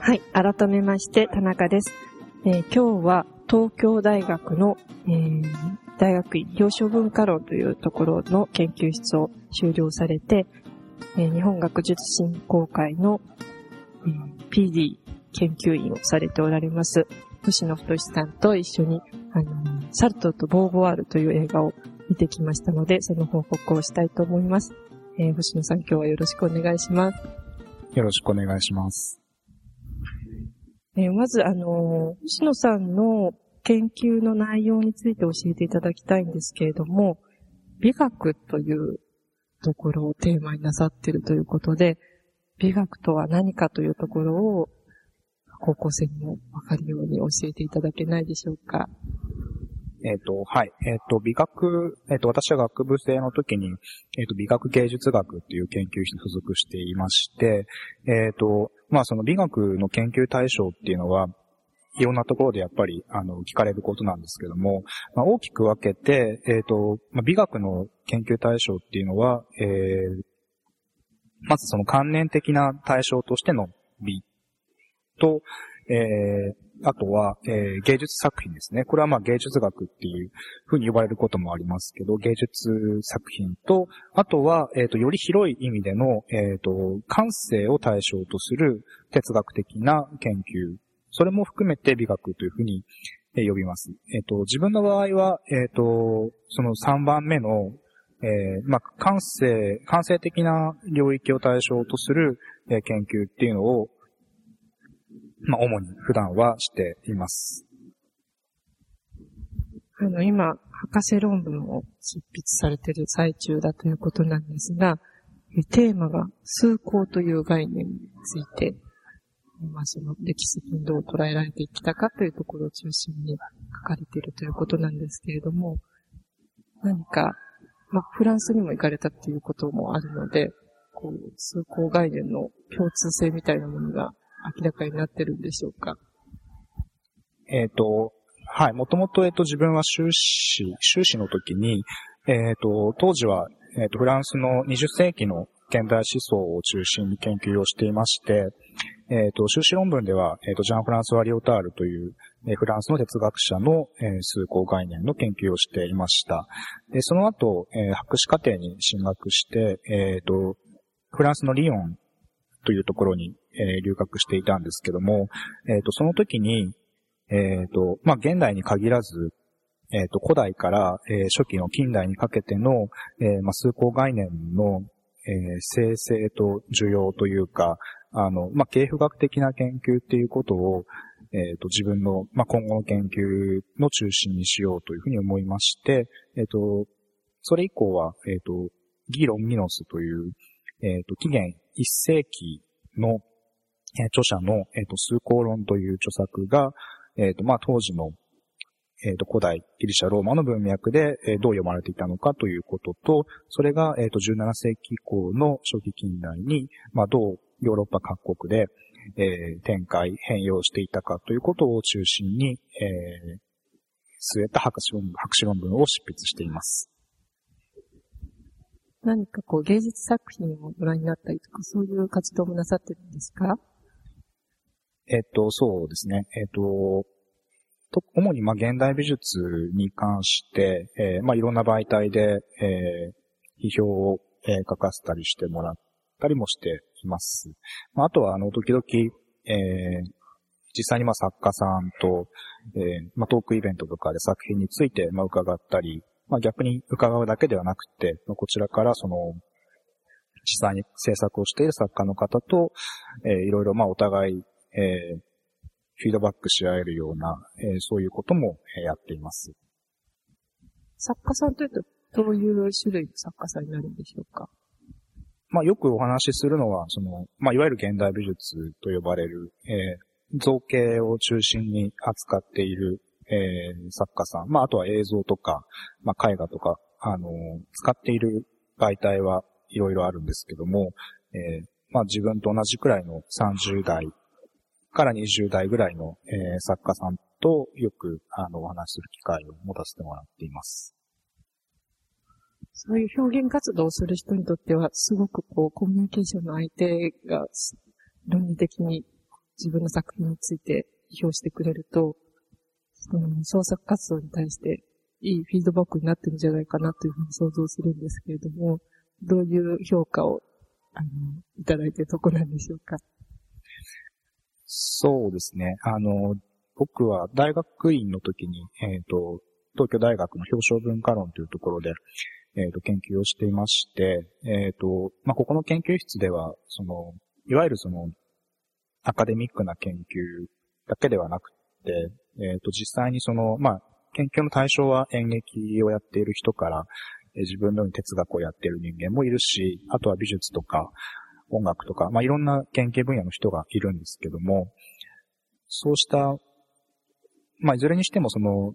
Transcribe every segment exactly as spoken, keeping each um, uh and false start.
はい、改めまして田中です。えー、今日は東京大学の、えー、大学院行書文化論というところの研究室を修了されて、えー、日本学術振興会の、えー、ピーディー 研究員をされておられます星野太さんと一緒に、あのー、サルトルとボーヴォワールという映画を見てきましたので、その報告をしたいと思います。えー、星野さん、今日はよろしくお願いします。 よろしくお願いします。 えー、まず、あのー、星野さんの研究の内容について教えていただきたいんですけれども、美学というところをテーマになさっているということで、美学とは何かというところを高校生にもわかるように教えていただけないでしょうか。 えっと、はい。えっと、美学、えっと、私は学部生の時に、えっと、美学芸術学っていう研究室に付属していまして、えっと、まあ、その美学の研究対象っていうのは、いろんなところでやっぱり、あの、聞かれることなんですけども、まあ、大きく分けて、えっと、まあ、美学の研究対象っていうのは、えー、まずその観念的な対象としての美と、えー、あとは、えー、芸術作品ですね。これはまあ芸術学っていうふうに呼ばれることもありますけど、芸術作品と、あとは、えっと、より広い意味での、えっと、感性を対象とする哲学的な研究。それも含めて美学というふうに呼びます。えっと、自分の場合は、えっと、そのさんばんめの、えー、まあ、感性、感性的な領域を対象とする、えー、研究っていうのを、まあ、主に普段はしています。 あの、今、博士論文を執筆されている最中だということなんですが、テーマが崇高という概念について、まあ、その歴史的にどう捉えられてきたかというところを中心に書かれているということなんですけれども、何か、まあ、フランスにも行かれたっていうこともあるので、こう、崇高概念の共通性みたいなものが明らかになってるんでしょうか。 えっと、はい。もともと、えっと、自分は修士、修士の時に、えっと、当時は、えっと、フランスのにじゅっ世紀の現代思想を中心に研究をしていまして、えっと、修士論文では、えっと、ジャン・フランスワ・リオタールという、えー、フランスの哲学者の、えー、崇高概念の研究をしていました。で、その後、えー、博士課程に進学して、えっと、フランスのリヨンというところに、えー、留学していたんですけども、えっと、その時に、えっと、まあ、現代に限らず、えっと、古代から、えー、初期の近代にかけての、えー、まあ、崇高概念の、えー、生成と需要というか、あの、まあ、系譜学的な研究っていうことを、えっと、自分の、まあ、今後の研究の中心にしようというふうに思いまして、えっと、それ以降は、えっと、ギロンミノスという、えっと、紀元いっ世紀の、えー、著者の、えっと、崇高論という著作が、えっと、まあ、当時の、えっと、古代ギリシャ、ローマの文脈で、えー、どう読まれていたのかということと、それが、えっと、じゅうなな世紀以降の初期近代に、まあ、どうヨーロッパ各国で、えー、展開、変容していたかということを中心に、えー、据えた博士論文、博士論文を執筆しています。 何かこう芸術作品をご覧になったりとか、そういう活動もなさってるんですか？ えっと、そうですね。えっと、と主にまあ現代美術に関して、えー、まあいろんな媒体で、えー、批評を、えー、書かせたりしてもらったりもしています。まあ、あとはあの時々、えー、実際にまあ作家さんと、えー、まあトークイベントとかで作品についてまあ伺ったり、まあ逆に伺うだけではなくて、まあ、こちらからその実際に制作をしている作家の方と、えー、いろいろまあお互い、えーフィードバックし合えるような、えー、そういうことも、えー、やっています。 作家さんというと、どういう種類の作家さんになるんでしょうか？ まあ、よくお話しするのは、その、まあ、いわゆる現代美術と呼ばれる、えー、造形を中心に扱っている、えー、作家さん。まあ、あとは映像とか、まあ、絵画とか、あのー、使っている媒体はいろいろあるんですけども、えー、まあ、自分と同じくらいのさんじゅう代、からにじゅう代ぐらいの、えー、作家さんとよくあのお話しする機会を持たせてもらっています。 そういう表現活動をする人にとっては、すごくこうコミュニケーションの相手が論理的に自分の作品について批評してくれると、その創作活動に対していいフィードバックになってるんじゃないかなというふうに想像するんですけれども、どういう評価を、あの、いただいているとこなんでしょうか。 そうですね。あの、僕は大学院の時に、えっと、東京大学の表彰文化論というところで、えっと、研究をしていまして、えっと、まあ、ここの研究室では、その、いわゆるその、アカデミックな研究だけではなくて、えっと、実際にその、まあ、研究の対象は演劇をやっている人から、えー、自分のように哲学をやっている人間もいるし、あとは美術とか音楽とか、まあ、いろんな研究分野の人がいるんですけども、そうした、まあ、いずれにしてもその、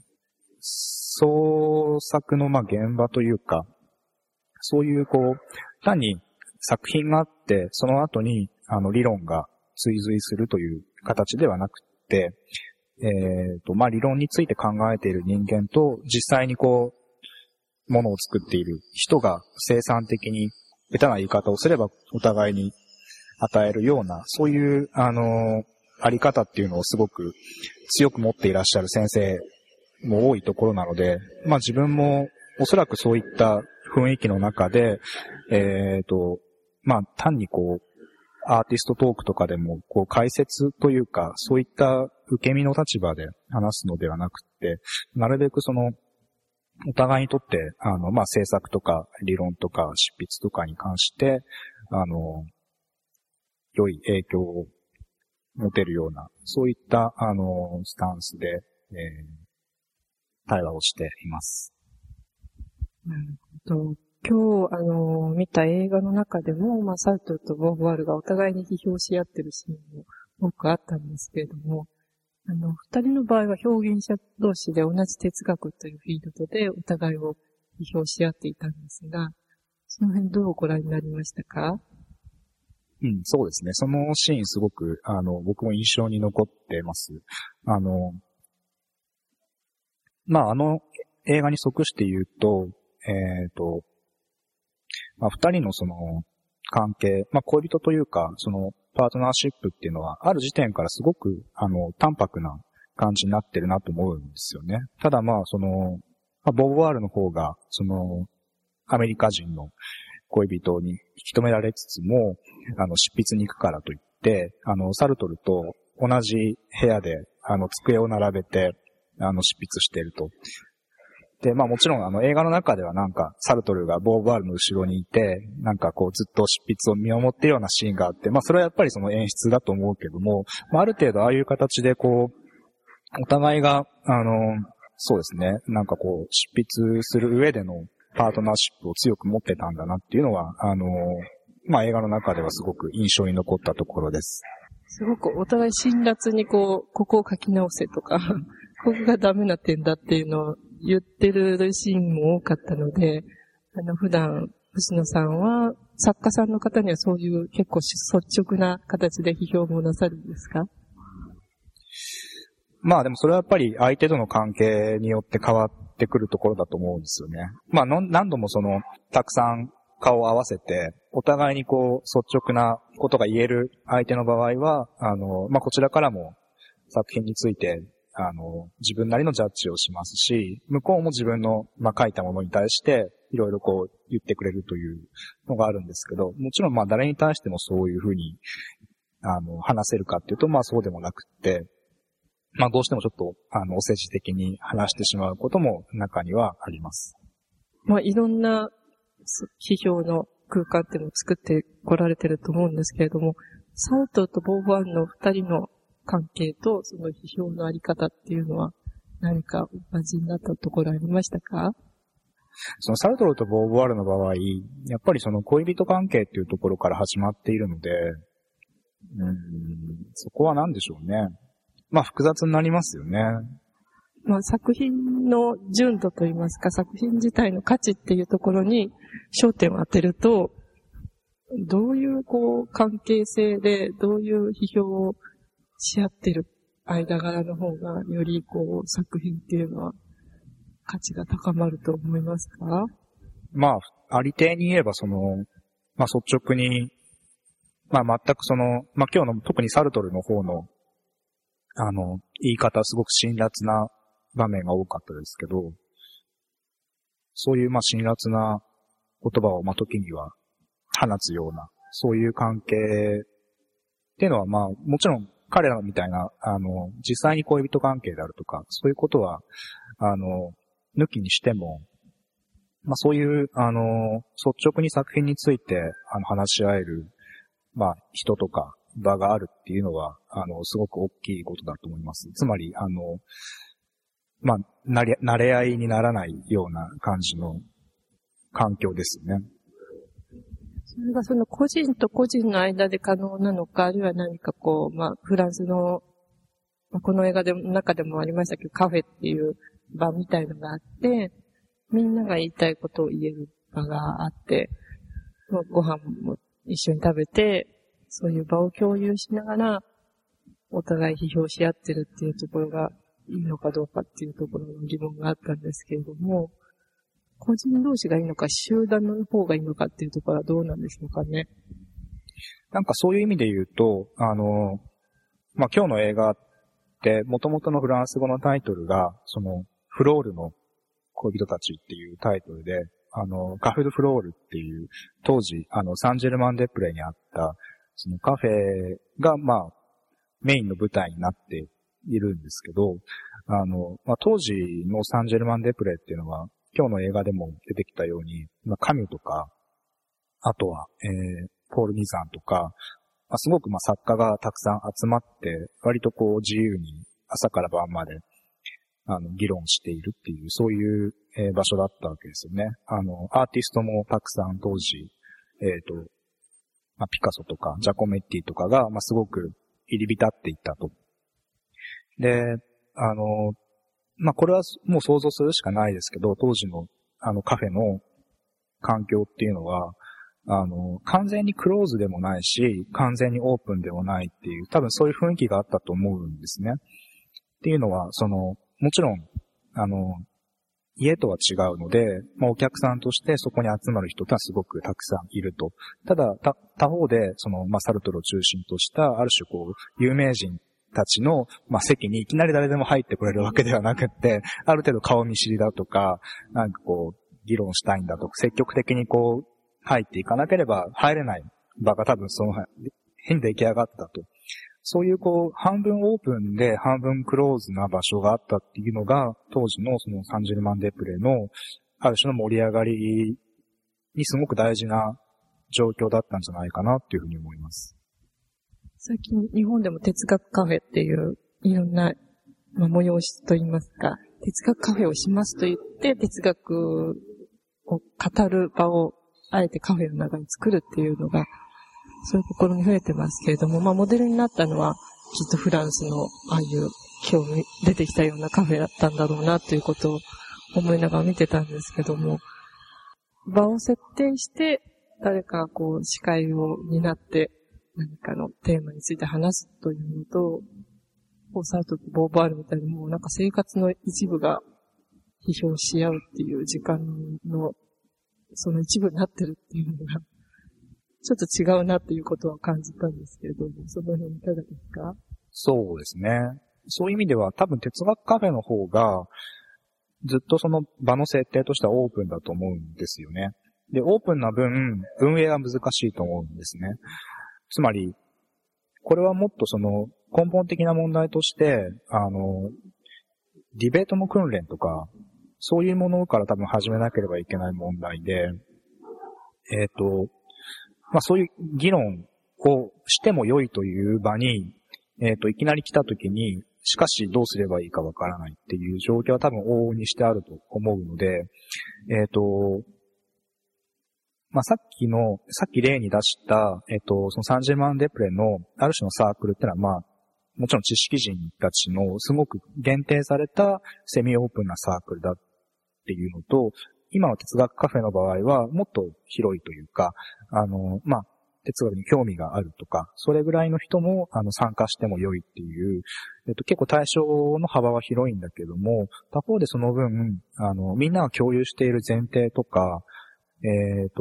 創作のまあ現場というか、そういうこう、単に作品があって、その後にあの理論が追随するという形ではなくて、えっと、まあ理論について考えている人間と、実際にこう、ものを作っている人が生産的に、ベタな言い方をすればお互いに与えるような、そういう、あの、あり方っていうのをすごく強く持っていらっしゃる先生も多いところなので、まあ自分もおそらくそういった雰囲気の中で、えっと、まあ単にこう、アーティストトークとかでも、こう解説というか、そういった受け身の立場で話すのではなくて、なるべくその、お互いにとって、あの、まあ制作とか理論とか執筆とかに関して、あの、良い影響を持てるような、そういった、あの、スタンスで、えー対話をしています。 なるほど。今日、あの、見た映画の中でも、まあ、サルトルとボーヴォワールがお互いに批評し合ってるシーンも多くあったんですけれども、あの、二人の場合は表現者同士で同じ哲学というフィールドでお互いを批評し合っていたんですが、その辺どうご覧になりましたか？ うん、そうですね。そのシーンすごく、あの、僕も印象に残ってます。あの、まあ、あの映画に即して言うと、えっと、まあ、二人のその関係、まあ、恋人というか、そのパートナーシップっていうのは、ある時点からすごく、あの、淡白な感じになってるなと思うんですよね。ただまあ、その、まあ、ボーヴォワールの方が、その、アメリカ人の恋人に引き止められつつも、あの、執筆に行くからといって、あの、サルトルと同じ部屋で、あの、机を並べて、あの、執筆していると。で、まあもちろんあの映画の中ではなんか、サルトルがボーヴォワールの後ろにいて、なんかこうずっと執筆を見守っているようなシーンがあって、まあそれはやっぱりその演出だと思うけども、まあある程度ああいう形でこう、お互いが、あの、そうですね、なんかこう、執筆する上でのパートナーシップを強く持ってたんだなっていうのは、あの、まあ映画の中ではすごく印象に残ったところです。 すごくお互い辛辣にこう、ここを書き直せとか、ここがダメな点だっていうのを言ってるシーンも多かったので、あの、普段、星野さんは、作家さんの方にはそういう結構率直な形で批評もなさるんですか？ まあでもそれはやっぱり相手との関係によって変わってくるところだと思うんですよね。まあの何度もその、たくさん顔を合わせて、お互いにこう、率直なことが言える相手の場合は、あの、まあこちらからも作品について、あの、自分なりのジャッジをしますし、向こうも自分の、まあ、書いたものに対して、いろいろこう、言ってくれるというのがあるんですけど、もちろんまあ、誰に対してもそういうふうに、あの、話せるかっていうと、まあ、そうでもなくって、まあ、どうしてもちょっと、あの、お世辞的に話してしまうことも中にはあります。 まあ、いろんな批評の空間っていうのを作ってこられてると思うんですけれども、サルトルとボーヴォワールの二人の関係とその批評のあり方っていうのは何か同じになったところありましたか？ そのサルトルとボーヴォワールの場合、やっぱりその恋人関係っていうところから始まっているので、うーん、そこは何でしょうね。まあ複雑になりますよね。 まあ作品の純度といいますか、作品自体の価値っていうところに焦点を当てると、どういうこう関係性でどういう批評をし合ってる間柄の方がよりこう作品っていうのは価値が高まると思いますか？ まあ、ありていに言えばその、まあ率直にまあ全くその、まあ今日の特にサルトルの方の、あの、言い方すごく辛辣な場面が多かったですけど、そういうまあ辛辣な言葉をまあ時には放つような、そういう関係っていうのはまあもちろん彼らみたいな、あの、実際に恋人関係であるとか、そういうことは、あの、抜きにしても、まあそういう、あの、率直に作品について、あの、話し合える、まあ人とか場があるっていうのは、あの、すごく大きいことだと思います。つまり、あの、まあ、なれ、慣れ合いにならないような感じの環境ですよね。 それがその個人と個人の間で可能なのか、あるいは何かこう、まあ、フランスの、まあ、この映画でも、中でもありましたけど、カフェっていう場みたいのがあって、みんなが言いたいことを言える場があって、ご飯も一緒に食べて、そういう場を共有しながら、お互い批評し合ってるっていうところがいいのかどうかっていうところの疑問があったんですけれども、個人同士がいいのか、集団の方がいいのかっていうところはどうなんでしょうかね。 なんかそういう意味で言うと、あの、まあ、今日の映画って、元々のフランス語のタイトルが、その、フロールの恋人たちっていうタイトルで、あの、カフェ・ド・フロールっていう、当時、あの、サンジェルマン・デ・プレイにあった、そのカフェが、まあ、メインの舞台になっているんですけど、あの、まあ、当時のサンジェルマン・デ・プレイっていうのは、今日の映画でも出てきたように、まあ、カミュとか、あとは、えー、ポール・ミザンとか、まあ、すごくまあ作家がたくさん集まって、割とこう自由に朝から晩まで、あの、議論しているっていう、そういう、えー、場所だったわけですよね。あの、アーティストもたくさん当時、えっと、まあ、ピカソとか、ジャコメッティとかが、まあ、すごく入り浸っていったと。で、あの、まあ、これはもう想像するしかないですけど、当時のあのカフェの環境っていうのは、あの、完全にクローズでもないし、完全にオープンでもないっていう、多分そういう雰囲気があったと思うんですね。っていうのは、その、もちろん、あの、家とは違うので、まあ、お客さんとしてそこに集まる人ってのはすごくたくさんいると。ただ、た、他方で、その、まあ、サルトルを中心とした、ある種こう、有名人たちの、まあ、席にいきなり誰でも入ってくれるわけではなくって、ある程度顔見知りだとか、なんかこう、議論したいんだとか、積極的にこう、入っていかなければ入れない場が多分その変に出来上がったと。そういうこう、半分オープンで半分クローズな場所があったっていうのが、当時のそのサンジェルマン・デ・プレの、ある種の盛り上がりにすごく大事な状況だったんじゃないかなっていうふうに思います。 最近日本でも哲学カフェっていういろんな、まあ、催しといいますか、哲学カフェをしますと言って哲学を語る場をあえてカフェの中に作るっていうのが、そういう試み増えてますけれども、まあモデルになったのはきっとフランスのああいう今日出てきたようなカフェだったんだろうなということを思いながら見てたんですけども、場を設定して誰かこう司会を担って何かのテーマについて話すというのと、コーサートとボーバールみたいにもうなんか生活の一部が批評し合うっていう時間のその一部になってるっていうのがちょっと違うなっていうことは感じたんですけれども、その辺いかがですか？ そうですね。そういう意味では多分哲学カフェの方がずっとその場の設定としてはオープンだと思うんですよね。で、オープンな分、運営は難しいと思うんですね。つまり、これはもっとその根本的な問題として、あの、ディベートの訓練とか、そういうものから多分始めなければいけない問題で、えっと、まあそういう議論をしても良いという場に、えっと、いきなり来た時に、しかしどうすればいいかわからないっていう状況は多分往々にしてあると思うので、えっと、まあさっきの、さっき例に出した、えっと、そのサンジェルマン・デ・プレのある種のサークルってのは、まあ、もちろん知識人たちのすごく限定されたセミオープンなサークルだっていうのと、今の哲学カフェの場合はもっと広いというか、あの、まあ、哲学に興味があるとか、それぐらいの人もあの参加しても良いっていう、えっと、結構対象の幅は広いんだけども、他方でその分、あの、みんなが共有している前提とか、えっと、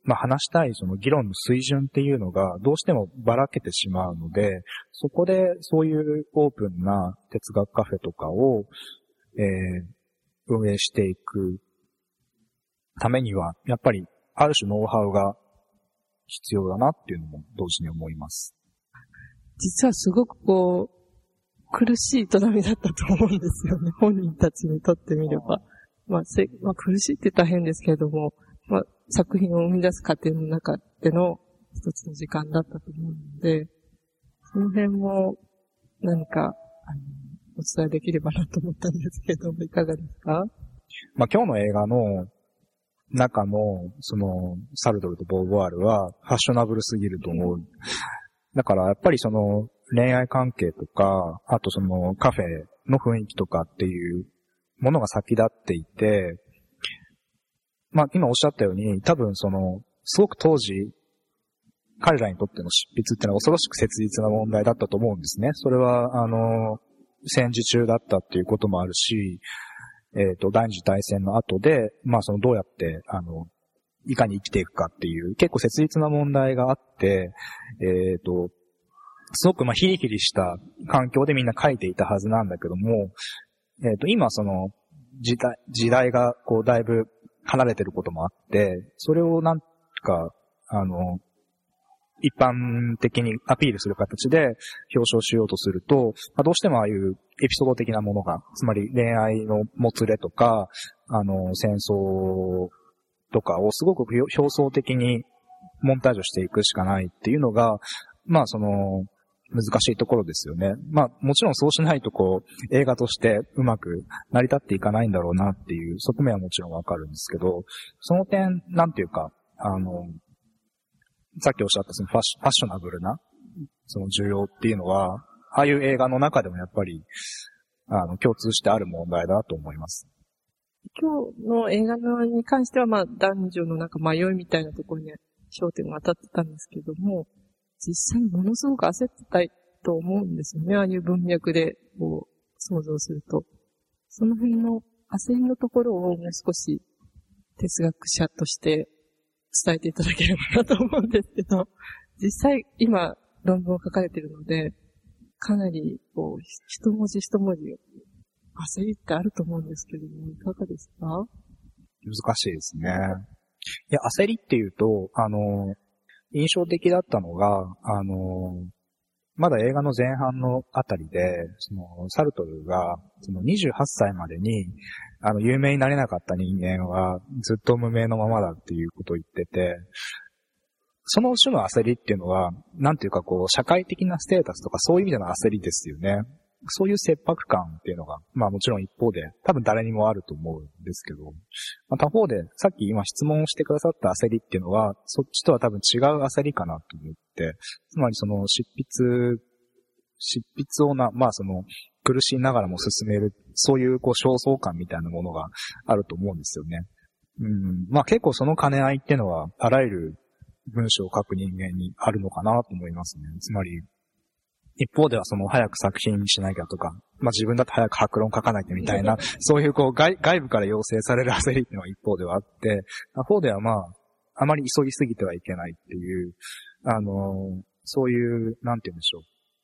まあ話したいその議論の水準っていうのがどうしてもばらけてしまうので、そこでそういうオープンな哲学カフェとかを、えー、運営していくためには、やっぱりある種ノウハウが必要だなっていうのも同時に思います。 実はすごくこう、苦しい営みだったと思うんですよね。本人たちにとってみれば。まあ、せまあ、苦しいって言ったら変ですけれども、まあ、作品を生み出す過程の中での一つの時間だったと思うので、その辺も何か、あの、お伝えできればなと思ったんですけども、いかがですか？ まあ今日の映画の中の、その、サルトルとボーヴォワールはファッショナブルすぎると思う。だからやっぱりその恋愛関係とか、あとそのカフェの雰囲気とかっていうものが先立っていて、まあ今おっしゃったように多分その、すごく当時、彼らにとっての執筆っていうのは恐ろしく切実な問題だったと思うんですね。それは、あの、戦時中だったっていうこともあるし、えっと、第二次大戦の後で、まあそのどうやって、あの、いかに生きていくかっていう、結構切実な問題があって、えっと、すごくまあヒリヒリした環境でみんな書いていたはずなんだけども、えっと、今その、時代、時代がこうだいぶ離れてることもあって、それをなんか、あの、一般的にアピールする形で表彰しようとすると、まあ、どうしてもああいうエピソード的なものが、つまり恋愛のもつれとか、あの、戦争とかをすごく表層的にモンタージュしていくしかないっていうのが、まあその、難しいところですよね。まあもちろんそうしないとこう、映画としてうまく成り立っていかないんだろうなっていう側面はもちろんわかるんですけど、その点、なんていうか、あの、さっきおっしゃったそのファッシファッショナブルな、その需要っていうのは、ああいう映画の中でもやっぱり、あの、共通してある問題だと思います。 今日の映画のに関しては、まあ、男女のなんか迷いみたいなところに焦点が当たってたんですけども、実際にものすごく焦ってたいと思うんですよね。ああいう文脈で、こう、想像すると。その辺の焦りのところをもう少し哲学者として伝えていただければなと思うんですけど、実際今論文を書かれているので、かなりこう一文字一文字焦りってあると思うんですけども、いかがですか？ 難しいですね。いや、焦りっていうと、あの、印象的だったのが、あの、まだ映画の前半のあたりで、その、サルトルが、そのにじゅうはっさいまでに、あの、有名になれなかった人間は、ずっと無名のままだっていうことを言ってて、その種の焦りっていうのは、なんていうかこう、社会的なステータスとかそういう意味での焦りですよね。そういう切迫感っていうのが、まあもちろん一方で、多分誰にもあると思うんですけど、まあ、他方で、さっき今質問してくださった焦りっていうのは、そっちとは多分違う焦りかなと思って、つまりその執筆、執筆をな、まあその、苦しいながらも進める、そういうこう、焦燥感みたいなものがあると思うんですよね。うん、まあ結構その兼ね合いっていうのは、あらゆる文章を書く人間にあるのかなと思いますね。つまり、一方ではその早く作品にしなきゃとか、まあ自分だって早く白論書かなきゃみたいな、そういうこう外外部から要請される焦りっていうのは一方ではあって、他方ではまあ、あまり急ぎすぎてはいけないっていう、あの、そういう、なんて言うんでしょう。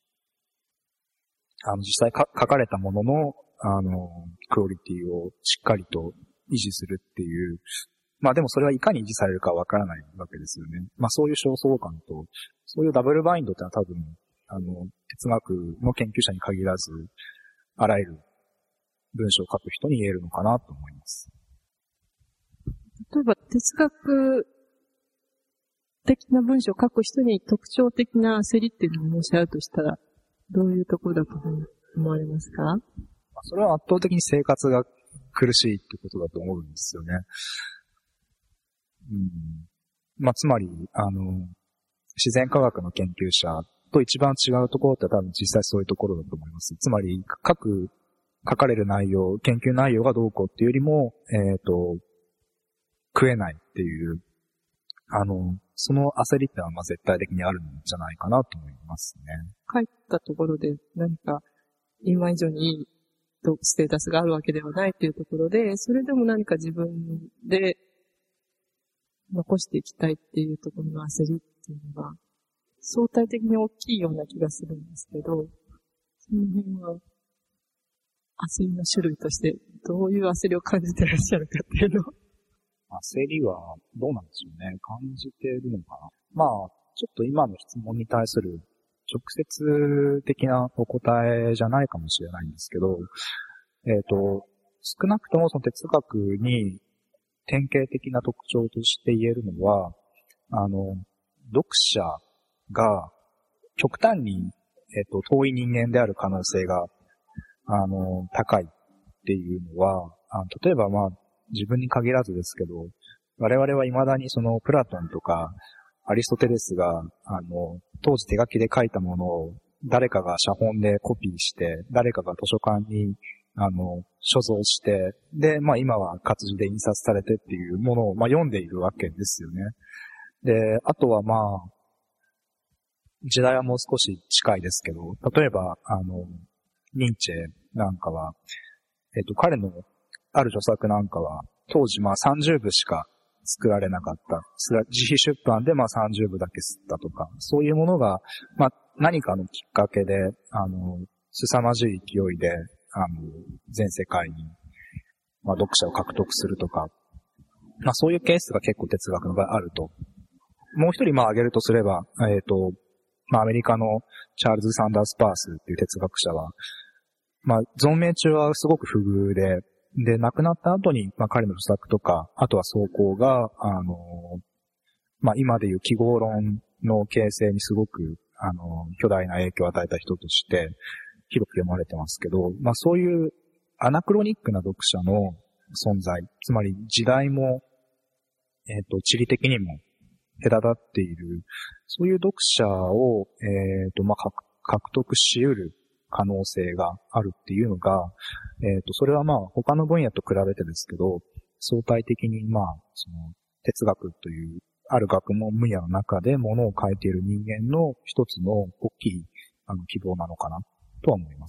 あの、実際か書かれたものの、あの、クオリティをしっかりと維持するっていう、まあでもそれはいかに維持されるかわからないわけですよね。まあそういう焦燥感と、そういうダブルバインドってのは多分、あの、哲学の研究者に限らず、あらゆる文章を書く人に言えるのかなと思います。 例えば、哲学的な文章を書く人に特徴的な焦りっていうのを申し合うとしたら、どういうところだと思われますか？ それは圧倒的に生活が苦しいってことだと思うんですよね。うん、まあ、つまり、あの、自然科学の研究者と一番違うところって多分実際そういうところだと思います。つまり、書く、書かれる内容、研究内容がどうこうっていうよりも、えっと、食えないっていう、あの、その焦りってのはまあ絶対的にあるんじゃないかなと思いますね。 書いたところで何か今以上にいいステータスがあるわけではないというところで、それでも何か自分で残していきたいっていうところの焦りっていうのが、相対的に大きいような気がするんですけど、その辺は、焦りの種類として、どういう焦りを感じてらっしゃるかっていうのを。 焦りは、どうなんでしょうね。感じてるのかな。まあ、ちょっと今の質問に対する直接的なお答えじゃないかもしれないんですけど、えっと、少なくともその哲学に典型的な特徴として言えるのは、あの、読者が極端に、えっと、遠い人間である可能性が、あの、高いっていうのは、あ例えばまあ、自分に限らずですけど、我々は未だにそのプラトンとかアリストテレスが、あの、当時手書きで書いたものを誰かが写本でコピーして、誰かが図書館に、あの、所蔵して、で、まあ今は活字で印刷されてっていうものを、まあ読んでいるわけですよね。で、あとはまあ、時代はもう少し近いですけど、例えば、あの、ニンチェなんかは、えっと、彼のある著作なんかは、当時まあさんじゅうぶしか作られなかった。自費出版でまあさんじゅうぶだけ吸ったとか、そういうものが、まあ何かのきっかけで、あの、凄まじい勢いで、あの、全世界に、まあ読者を獲得するとか、まあそういうケースが結構哲学の場合あると。もう一人まあ挙げるとすれば、えっと、まあアメリカのチャールズ・サンダース・パースっていう哲学者は、まあ存命中はすごく不遇で、で、亡くなった後に、まあ彼の著作とか、あとは草稿が、あの、まあ今でいう記号論の形成にすごく、あの、巨大な影響を与えた人として、広く読まれてますけど、まあそういうアナクロニックな読者の存在、つまり時代も、えっと、地理的にも隔たっている、そういう読者を、えっと、まあ、獲得し得る可能性があるっていうのが、えっと、それはまあ、他の分野と比べてですけど、相対的にまあ、その、哲学という、ある学問分野の中でものを書いている人間の一つの大きい、あの、希望なのかな、とは思います。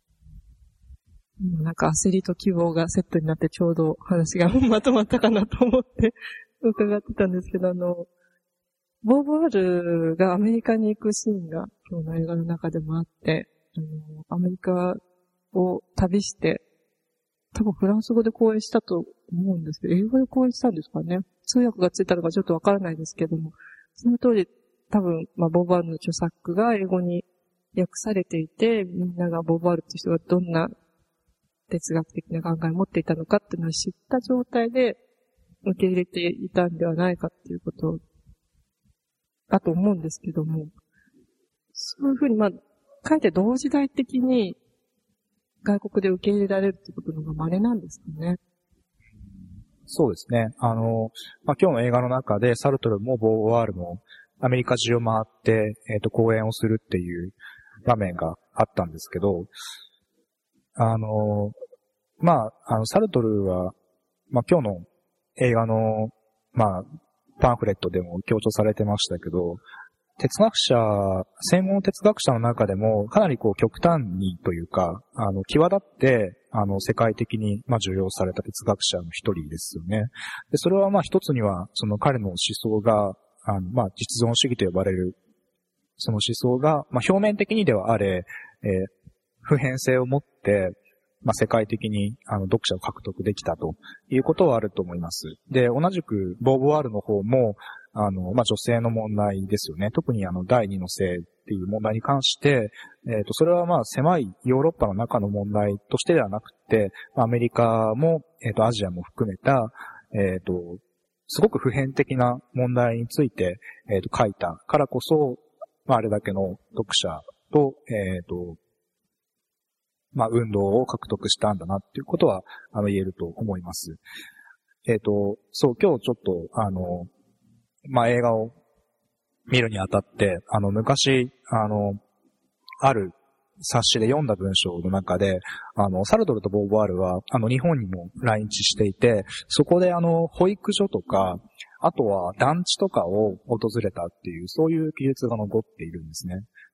なんか焦りと希望がセットになってちょうど話がまとまったかなと思って伺ってたんですけど、あの、ボーヴォワールがアメリカに行くシーンが今日の映画の中でもあって、あの、アメリカを旅して、多分フランス語で講演したと思うんですけど、英語で講演したんですかね。通訳がついたのかちょっとわからないですけども、その当時多分、まあ、ボーヴォワールの著作が英語に訳されていて、みんながボーヴォワールって人がどんな哲学的な考えを持っていたのかっていうのを知った状態で受け入れていたんではないかっていうことだと思うんですけども、そういうふうに、まあ、かえって同時代的に外国で受け入れられるってことのが稀なんですかね。 そうですね。あの、まあ、今日の映画の中でサルトルもボーヴォワールもアメリカ中を回って、えっと、講演をするっていう場面があったんですけど、あの、まあ、あの、サルトルは、まあ、今日の映画の、まあ、パンフレットでも強調されてましたけど、哲学者、専門哲学者の中でも、かなりこう極端にというか、あの、際立って、あの、世界的に、まあ、重要された哲学者の一人ですよね。で、それはまあ、一つには、その彼の思想が、あの、まあ、実存主義と呼ばれる、その思想が、まあ、表面的にではあれ、えー、普遍性を持って、まあ、世界的に、あの、読者を獲得できたということはあると思います。で、同じく、ボーヴォワールの方も、あの、まあ、女性の問題ですよね。特にあの、第二の性っていう問題に関して、えっと、それはまあ、狭いヨーロッパの中の問題としてではなくて、アメリカも、えっと、アジアも含めた、えっと、すごく普遍的な問題について、えっと、書いたからこそ、まあ、あれだけの読者と、えっと、まあ、運動を獲得したんだなっていうことは、あの、言えると思います。えっと、そう、今日ちょっと、あの、まあ、映画を見るにあたって、あの、昔、あの、ある冊子で読んだ文章の中で、あの、サルトルとボーヴォワールは、あの、日本にも来日していて、そこであの、保育所とか、あとは団地とかを訪れたっていう、そういう記述が残っているんですね。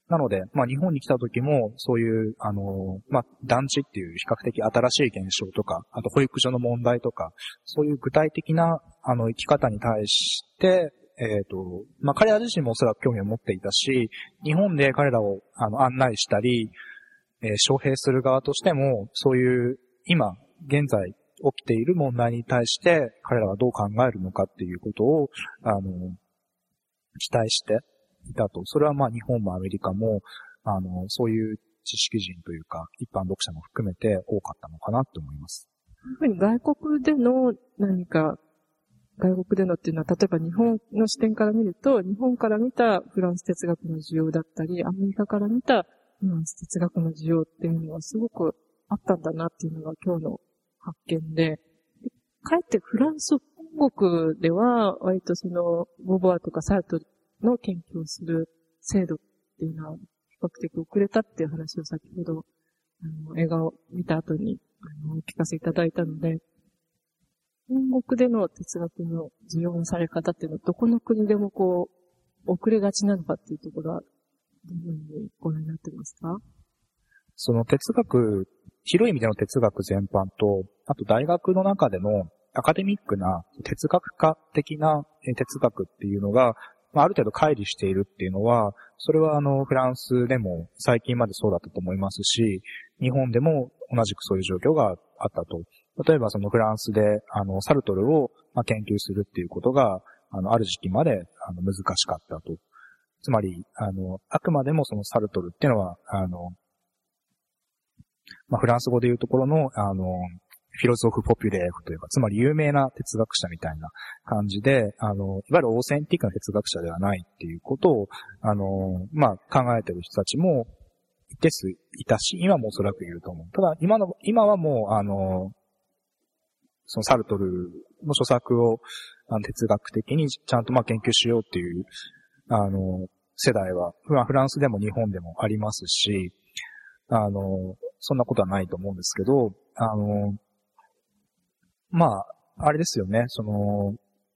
なので、まあ日本に来た時も、そういう、あの、まあ団地っていう比較的新しい現象とか、あと保育所の問題とか、そういう具体的な、あの、生き方に対して、えっと、まあ彼ら自身もおそらく興味を持っていたし、日本で彼らを、あの、案内したり、えー、招聘する側としても、そういう、今、現在起きている問題に対して、彼らはどう考えるのかっていうことを、あの、期待していたと。それはまあ日本もアメリカも、あの、そういう知識人というか、一般読者も含めて多かったのかなって思います。 やっぱり外国での何か、外国でのっていうのは、例えば日本の視点から見ると、日本から見たフランス哲学の需要だったり、アメリカから見たフランス哲学の需要っていうのはすごくあったんだなっていうのが今日の発見で、かえってフランス本国では、割とその、ボボアとかサルトルの研究をする制度っていうのは、比較的遅れたっていう話を先ほど、あの、映画を見た後に、あの、お聞かせいただいたので、本国での哲学の需要のされ方っていうのは、どこの国でもこう、遅れがちなのかっていうところは、どのようにご覧になってますか？ その哲学、広い意味での哲学全般と、あと大学の中でのアカデミックな哲学家的な哲学っていうのが、まあ、ある程度乖離しているっていうのは、それはあの、フランスでも最近までそうだったと思いますし、日本でも同じくそういう状況があったと。例えばそのフランスで、あの、サルトルをまあ研究するっていうことが、あの、ある時期まであの難しかったと。つまり、あの、あくまでもそのサルトルっていうのは、あの、まあ、フランス語でいうところの、あの、フィロソフ・ポピュレーフというか、つまり有名な哲学者みたいな感じで、あの、いわゆるオーセンティックな哲学者ではないっていうことを、あの、まあ、考えている人たちも一定数いたし、今もおそらくいると思う。ただ、今の、今はもう、あの、そのサルトルの著作をあの哲学的にちゃんとまあ研究しようっていう、あの、世代は、まあ、フランスでも日本でもありますし、あの、そんなことはないと思うんですけど、あの、まあ、あれですよね、その、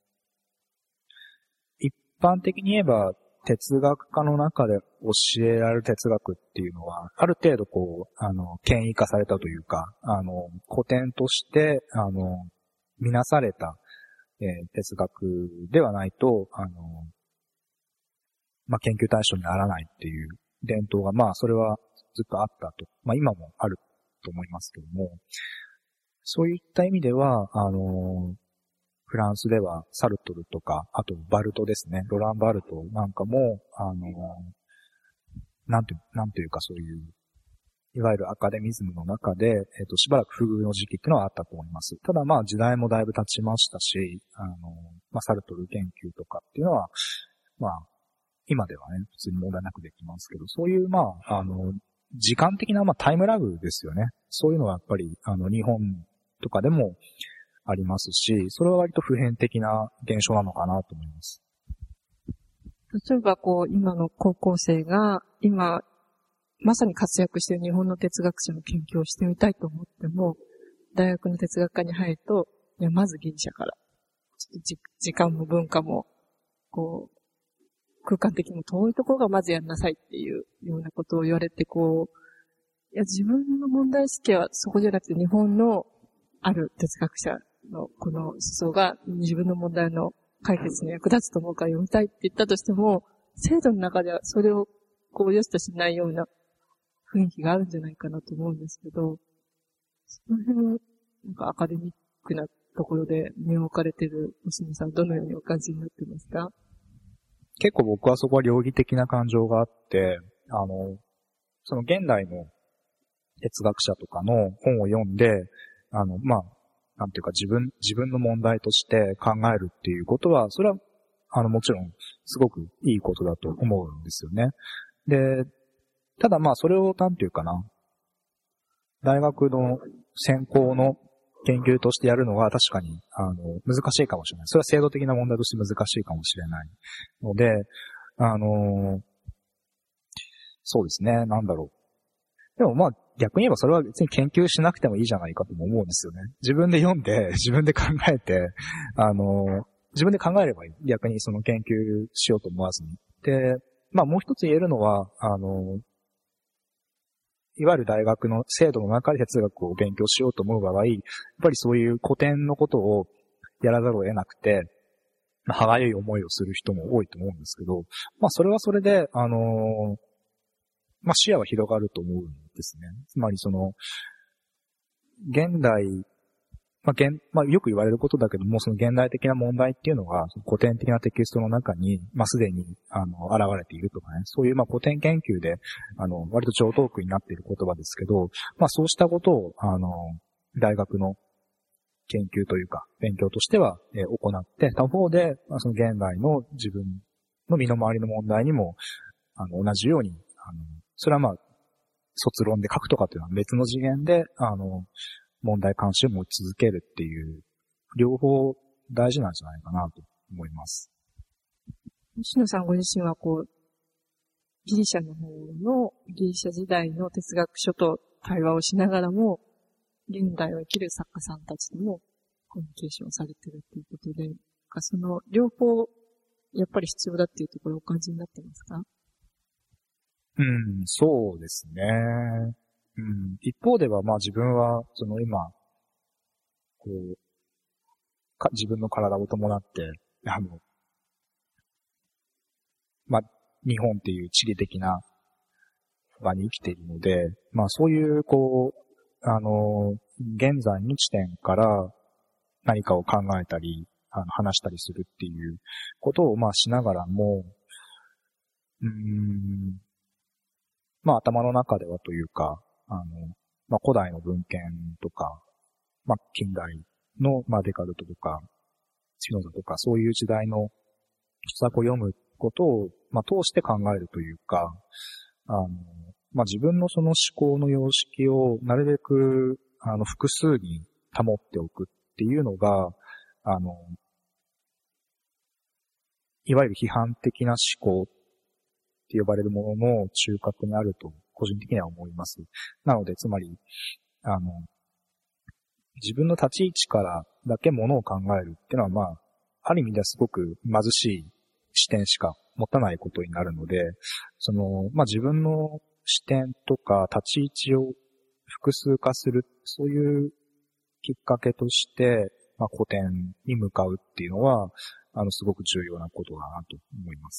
一般的に言えば、哲学家の中で教えられる哲学っていうのは、ある程度こう、あの、権威化されたというか、あの、古典として、あの、見なされた、えー、哲学ではないと、あの、まあ、研究対象にならないっていう伝統が、まあ、それはずっとあったと。まあ、今もあると思いますけども、そういった意味では、あの、フランスではサルトルとか、あとバルトですね。ロラン・バルトなんかも、あの、なんて、なんていうかそういう、いわゆるアカデミズムの中で、えっと、しばらく不遇の時期っていうのはあったと思います。ただまあ時代もだいぶ経ちましたし、あの、まあサルトル研究とかっていうのは、まあ、今ではね、普通に問題なくできますけど、そういう、まあ、あの、時間的な、まあ、タイムラグですよね。そういうのはやっぱり、あの、日本とかでもありますし、それは割と普遍的な現象なのかなと思います。 例えば、こう、今の高校生が、今、まさに活躍している日本の哲学者の研究をしてみたいと思っても、大学の哲学科に入ると、いや、まずギリシャから。ちょっとじ時間も文化も、こう、空間的にも遠いところがまずやんなさいっていうようなことを言われて、こう、いや、自分の問題意識はそこじゃなくて日本のある哲学者のこの思想が自分の問題の解決に役立つと思うから読みたいって言ったとしても、制度の中ではそれをこう良しとしないような雰囲気があるんじゃないかなと思うんですけど、その辺、なんかアカデミックなところで身を置かれている星野さん、どのようにお感じになってますか？ 結構僕はそこは両義的な感情があって、あの、その現代の哲学者とかの本を読んで、あの、まあ、なんていうか自分、自分の問題として考えるっていうことは、それは、あの、もちろん、すごくいいことだと思うんですよね。で、ただまあ、それを、なんていうかな、大学の専攻の研究としてやるのは確かに、あの、難しいかもしれない。それは制度的な問題として難しいかもしれないので、あの、そうですね、なんだろう。でもまあ、逆に言えばそれは別に研究しなくてもいいじゃないかとも思うんですよね。自分で読んで、自分で考えて、あの、自分で考えればいい。逆にその研究しようと思わずに。で、 まあもう一つ言えるのは、あの、いわゆる大学の制度の中で哲学を勉強しようと思う場合、やっぱりそういう古典のことをやらざるを得なくて、まあ、歯がゆい思いをする人も多いと思うんですけど、まあそれはそれで、あのー、まあ視野は広がると思うんですね。つまりその、現代、まあ現、まあよく言われることだけども、その現代的な問題っていうのが、古典的なテキストの中に、まあすでに、あの、現れているとかね、そういうまあ古典研究で、あの、割と常套句になっている言葉ですけど、まあそうしたことを、あの、大学の研究というか、勉強としては、えー、行って、他方で、まあ、その現代の自分の身の回りの問題にも、あの、同じように、あの、それはまあ、卒論で書くとかっていうのは別の次元で、あの、問題関心を持ち続けるっていう、両方大事なんじゃないかなと思います。 西野さんご自身はこう、ギリシャの方の、ギリシャ時代の哲学書と対話をしながらも、現代を生きる作家さんたちともコミュニケーションをされてるということで、その両方、やっぱり必要だっていうところをお感じになってますか？ うん、そうですね。うん、一方では、まあ自分は、その今、こう、か自分の体を伴って、あの、まあ、日本っていう地理的な場に生きているので、まあそういう、こう、あの、現在の地点から何かを考えたり、あの話したりするっていうことを、まあしながらも、うーん、まあ頭の中ではというか、あの、まあ古代の文献とか、まあ近代の、まあデカルトとか、スピノザとか、そういう時代の著作を読むことを、まあ通して考えるというか、あの、まあ自分のその思考の様式をなるべく、あの、複数に保っておくっていうのが、あの、いわゆる批判的な思考って呼ばれるものの中核にあると個人的には思います。なので、つまり、あの、自分の立ち位置からだけものを考えるっていうのは、まあ、ある意味ではすごく貧しい視点しか持たないことになるので、その、まあ自分の視点とか立ち位置を複数化する、そういうきっかけとして、まあ古典に向かうっていうのは、あの、すごく重要なことだなと思います。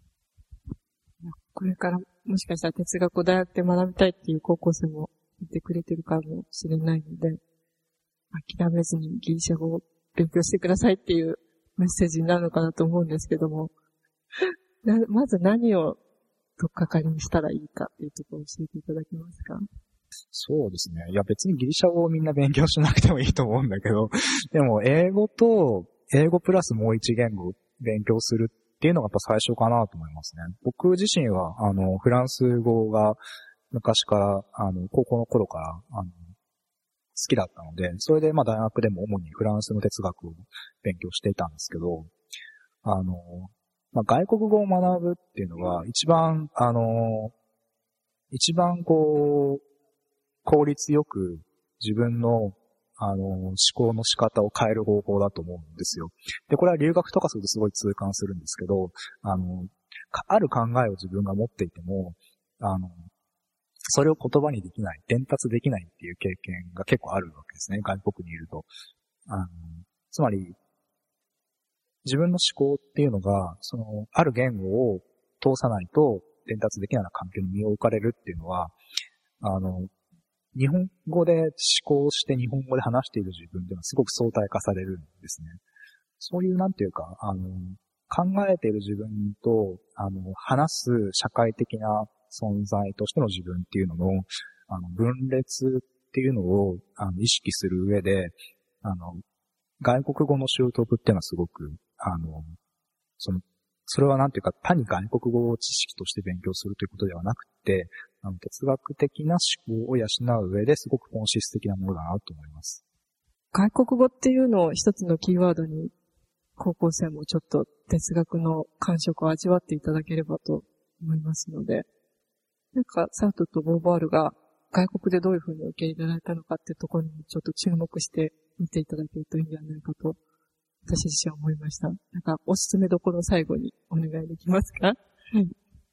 これからもしかしたら哲学を大学で学びたいっていう高校生もいてくれてるかもしれないので、諦めずにギリシャ語を勉強してくださいっていうメッセージになるのかなと思うんですけども、まず何をとっかかりにしたらいいかっていうところを教えていただけますか？ そうですね。いや別にギリシャ語をみんな勉強しなくてもいいと思うんだけど、でも英語と、英語プラスもう一言語を勉強するっていうのがやっぱ最初かなと思いますね。僕自身は、あの、フランス語が昔から、あの、高校の頃から、あの、好きだったので、それでまあ大学でも主にフランスの哲学を勉強していたんですけど、あの、まあ、外国語を学ぶっていうのは一番、あの、一番こう、効率よく自分のあの、思考の仕方を変える方法だと思うんですよ。で、これは留学とかするとすごい痛感するんですけど、あの、ある考えを自分が持っていても、あの、それを言葉にできない、伝達できないっていう経験が結構あるわけですね、外国にいると。あの、つまり、自分の思考っていうのが、その、ある言語を通さないと伝達できないような環境に身を置かれるっていうのは、あの、日本語で思考して日本語で話している自分っていうのはすごく相対化されるんですね。そういうなんていうか、あの、考えている自分と、あの、話す社会的な存在としての自分っていうのの、あの、分裂っていうのを、あの、意識する上で、あの、外国語の習得っていうのはすごく、あの、その、それはなんていうか、単に外国語を知識として勉強するということではなくて、あの哲学的な思考を養う上ですごく本質的なものだなと思います。 外国語っていうのを一つのキーワードに、高校生もちょっと哲学の感触を味わっていただければと思いますので、なんかサートとボーヴァールが外国でどういうふうに受け入れられたのかっていうところにちょっと注目して見ていただけるといいんじゃないかと、私自身は思いました。なんかおすすめどころを最後にお願いできますか？はい。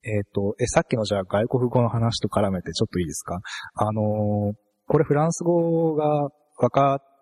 えっと、え、さっきのじゃあ外国語の話と絡めてちょっといいですか？あのー、これフランス語が分かって、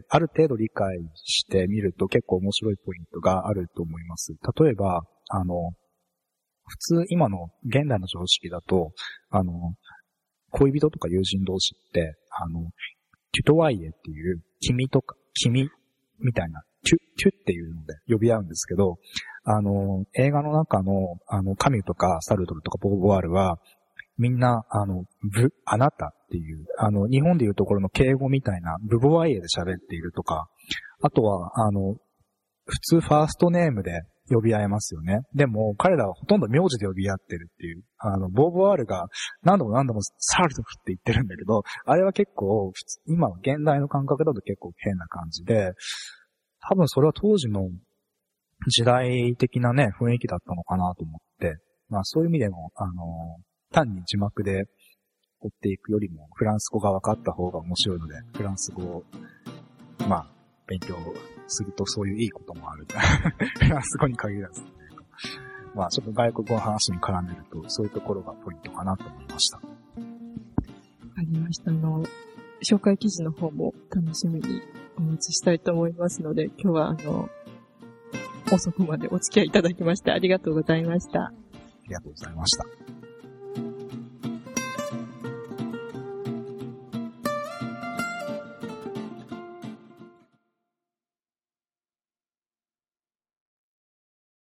ある程度理解してみると結構面白いポイントがあると思います。例えば、あの、普通今の現代の常識だと、あの、恋人とか友人同士って、あの、テュトワイエっていう、君とか、君みたいな、テュ、テュっていうので呼び合うんですけど、あの、映画の中の、あの、カミュとかサルトルとかボーヴォワールは、みんな、あの、ブ、あなたっていう、あの、日本でいうところの敬語みたいな、ブボワイエで喋っているとか、あとは、あの、普通ファーストネームで呼び合えますよね。でも、彼らはほとんど名字で呼び合ってるっていう、あの、ボーヴォワールが何度も何度もサルトルって言ってるんだけど、あれは結構、普通、今、現代の感覚だと結構変な感じで、多分それは当時の時代的なね、雰囲気だったのかなと思って、まあそういう意味でも、あの、単に字幕で追っていくよりも、フランス語が分かった方が面白いので、フランス語を、まあ、勉強するとそういういいこともある。フランス語に限らず。まあちょっと外国語の話に絡めると、そういうところがポイントかなと思いました。わかりました。あの、紹介記事の方も楽しみにお待ちしたいと思いますので、今日はあの、遅くまでお付き合いいただきましてありがとうございました。 ありがとうございました。